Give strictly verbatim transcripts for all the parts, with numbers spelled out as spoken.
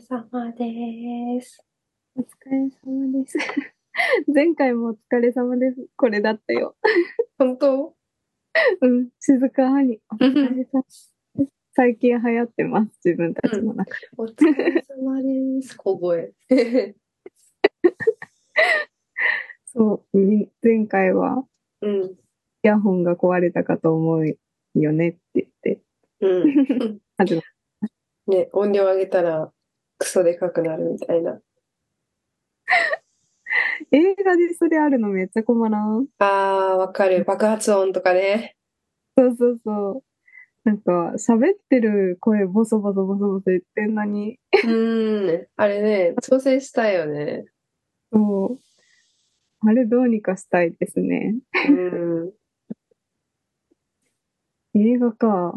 様です。 お疲れ様です。前回もお疲れ様です。これだったよ。 本当？ うん、静かに。おうん疲れ様です。最近流行ってます、自分たちの中で。 お疲れ様です。小声。 そう、み前回はうん。 イヤホンが壊れたかと思うよねって言って、 うん。 始まね、音量上げたらクソでかくなるみたいな。 映画でそれあるのめっちゃ困らん？ あー、わかる。爆発音とかね。 そうそうそう。なんか、喋ってる声ボソボソボソボソ言ってんのに、 うーん。あれね、調整したいよね。 そう、あれどうにかしたいですね。 うん。 映画か。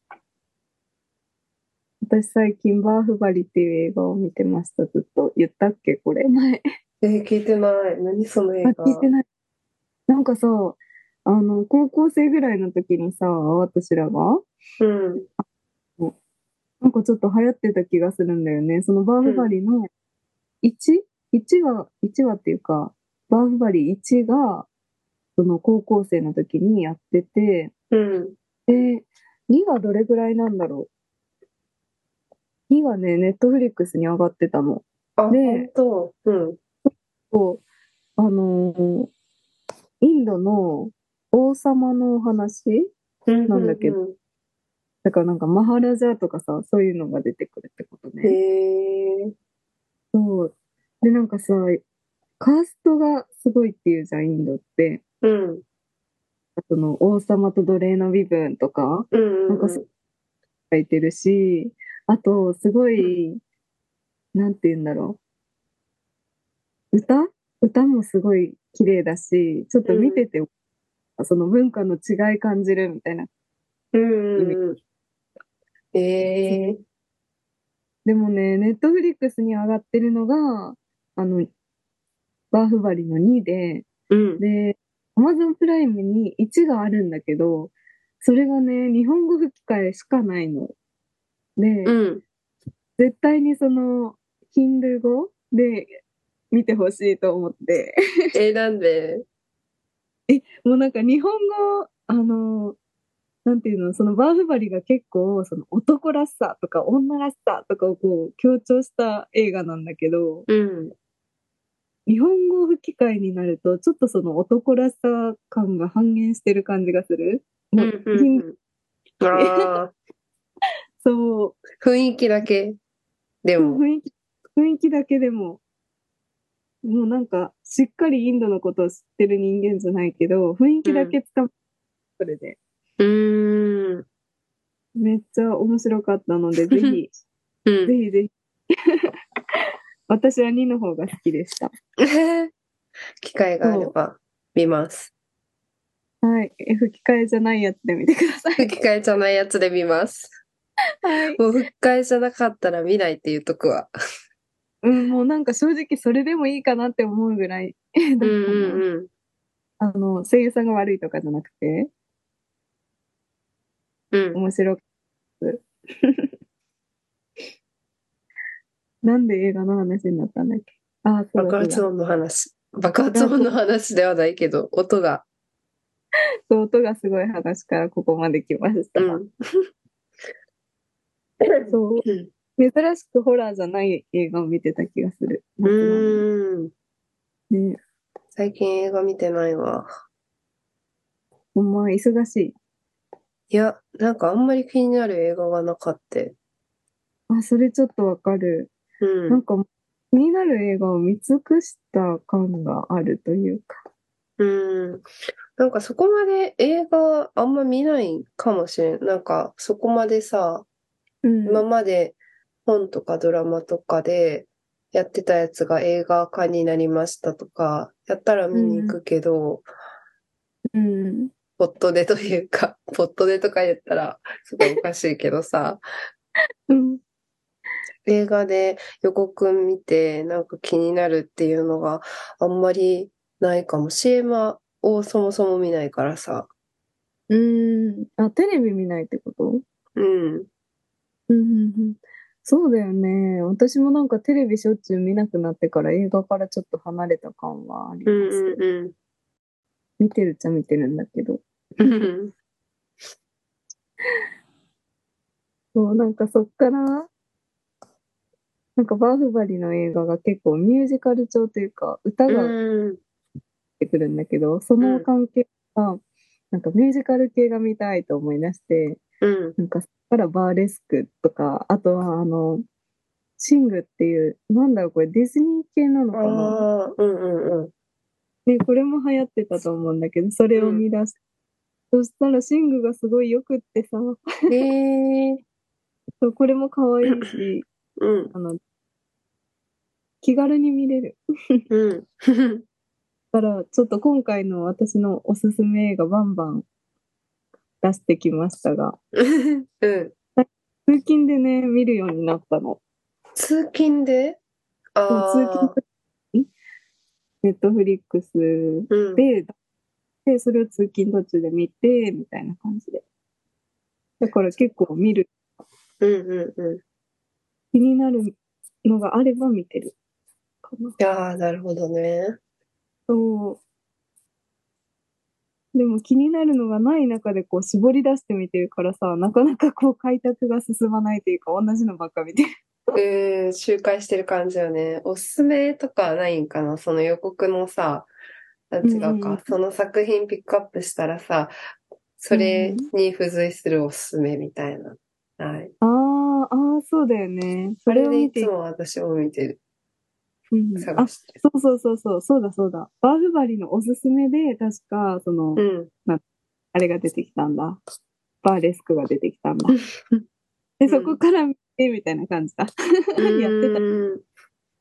私最近バーフバリっていう映画を見てました。ずっと言ったっけこれ前。 えー、聞いてない。何そのあ、 映画。 聞いてない。なんかさ、あの、高校生ぐらいの時にさ、私らが、 うん。 なんかちょっと流行ってた気がするんだよね。そのバーフバうん。 リの いち?いち 話、いちわっていうか、バーフバリいちが、その高校生の時にやってて、 うん。 で、にがどれぐらいなんだろう。にがね、ネットフリックスに上がってたの。 あ、本で、 当。うん。 こう、あのーインドの王様のお話うん。 なんだけど、 うん。 だからなんかマハラジャとかさ、そういうのが出てくるってことへね。 え。 そう。で、なんかさ、カーストがすごいっていうじゃん、インドって。 うん。 その王様と奴隷の身分とか、 うん。 なんかそううん。 書いてるし、あと、すごい、なんて言うんだろう。歌歌もすごい綺麗だし、ちょっうん。 と見てて、その文化の違い感じるみたいなうイメージ。 ん。うん。ええ。 でもね、ネットフリックスに上がってるのが、あの、バーフバリのにで、 うん。 で、アマゾンプライムにいちがあるんだけど、それがね、日本語吹き替えしかないの。で、 うん。 絶対にその、ヒンドゥー語で見てほしいと思って。 えー、なんで？ え、もうなんか日本語、あの、なんていうの、そのバーフバリが結構、その男らしさとか女らしさとかをこう強調した映画なんだけど、 うん。 日本語吹き替えになると、ちょっとその男らしさ感が半減してる感じがする。もう、 うん。うん。 ヒンうん。ああ、 そう、 雰囲気だけ。でも。 雰囲気、雰囲気だけでも、もうなんか、しっかりインドのことを知ってる人間じゃないけど、雰囲気だうん。 けつかむ、それで。 うーん。 めっちゃ面白かったので、ぜひ、 うん。 ぜひぜひ。私はにの方が好きでした。 機会があれそば見ます。 う。はい。え吹き替えじゃないやつで見てください。 吹き替えじゃないやつで見ます。 はい。 もう吹き替えじゃなかったら見ないっていうとこは。 うん、もうなんか正直それでもいいかなって思うぐらいうんだったな。 うんうん。 あの、声優さんが悪いとかじゃなくて、 うん。 面白く。なんで映画の話になったんだっけ？ああ、そうだそうだ。 爆発音の話。爆発あ、そう、 音の話ではないけど、音が。 そう音がすごい話からここまで来ました。 うん。 そう。 うん。 珍しくホラーじゃない映画を見てた気がする。 う夏なのに。 ーん。 ね、 最近映画見てないわ。 ほんま忙しい。 いや、なんかあんまり気になる映画がなかった。 あ、それちょっとわかる。 うん。 なんか気になる映画を見尽くした感があるというか。 うん。なんかそこまで映画あんま見ないかもしれん。なんかそこまでさ、 うん。 今まで本とかドラマとかでやってたやつが映画化になりましたとか、やったらうん。 見に行くけど、 うん。 ポットでというか、ポットでとか言ったらすごいおかしいけどさ、 うん。 映画で予告見てなんか気になるっていうのがあんまりないかも。シーエム をそもそも見ないからさ。 うん。あ、テレビ見ないってこと？ うん。 うんうんうん。 そうだよね。私もなんかテレビしょっちゅう見なくなってから映画からちょっと離れた感はありうます。 んうん見てるっちゃ見てるんだけど。 うん。 そう、なんかそっから、なんかバーフバリの映画が結構ミュージカル調というか、歌うがん。うん。 出てくるんだけど、その関係が、なんかミュージカル系が見たいと思い出して、 うん。 なんかそっからバーレスクとか、あとはあの、シングっていう、なんだろう、これディズニー系なのあかな。 あ、うんうんね、これも流行ってたと思うんだけど、それをうん。 見出し、そしたらシングがすごいよくってさ、 うん。へえ。 そうこれも可愛いし、 うん。 あの、気軽に見れる。 うん。 だから、ちょっと今回の私のおすすめ映画バンバン出してきましたが、 うん。 通勤でね、見るようになったの。 通勤で。 そう通勤ああ、 に、ネットフリックスうん。 で、で、それを通勤途中で見て、みたいな感じで。だから結構見る、 うんうんうん。い気になるのがあれば見てるかな。 やー、なるほどね。 そう。でも気になるのがない中でこう絞り出してみてるからさ、なかなかこう開拓が進まないというか、同じのばっか見てる。 うん、周回してる感じよね。おすすめとかないんかな、その予告のさ、あ、 うん違うか。 うんうん。 その作品ピックアップしたらさ、そうんうん、 れに付随するおすすめみたいな。はい。 あーあー、そうだよね。そあれでいつれを見て、 も私も見てる。 うん、あ、 探してる。 そうそうそうそう、そうだそうだ。バーフバリのおすすめで、確か、その、 うん。 な、あれが出てきたんだ。バーレスクが出てきたんだ。で、そこうん。 から見て、みたいな感じだ。 うやってた。 ーん。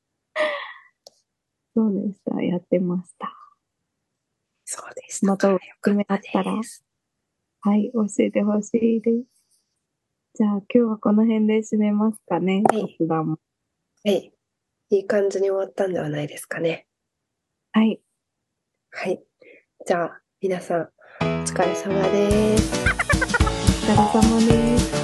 そうでした。やってました。 そうでしたか。 またおすよかったすめあったら、 です。 はい、教えてほしいです。じゃあ、今日はこの辺で締めますかね。 はい。 雑談も。 はい。いい感じに終わったんではないですかね。 はい、 はい。じゃあ、皆さん、お疲れ様です。 お疲れ様です。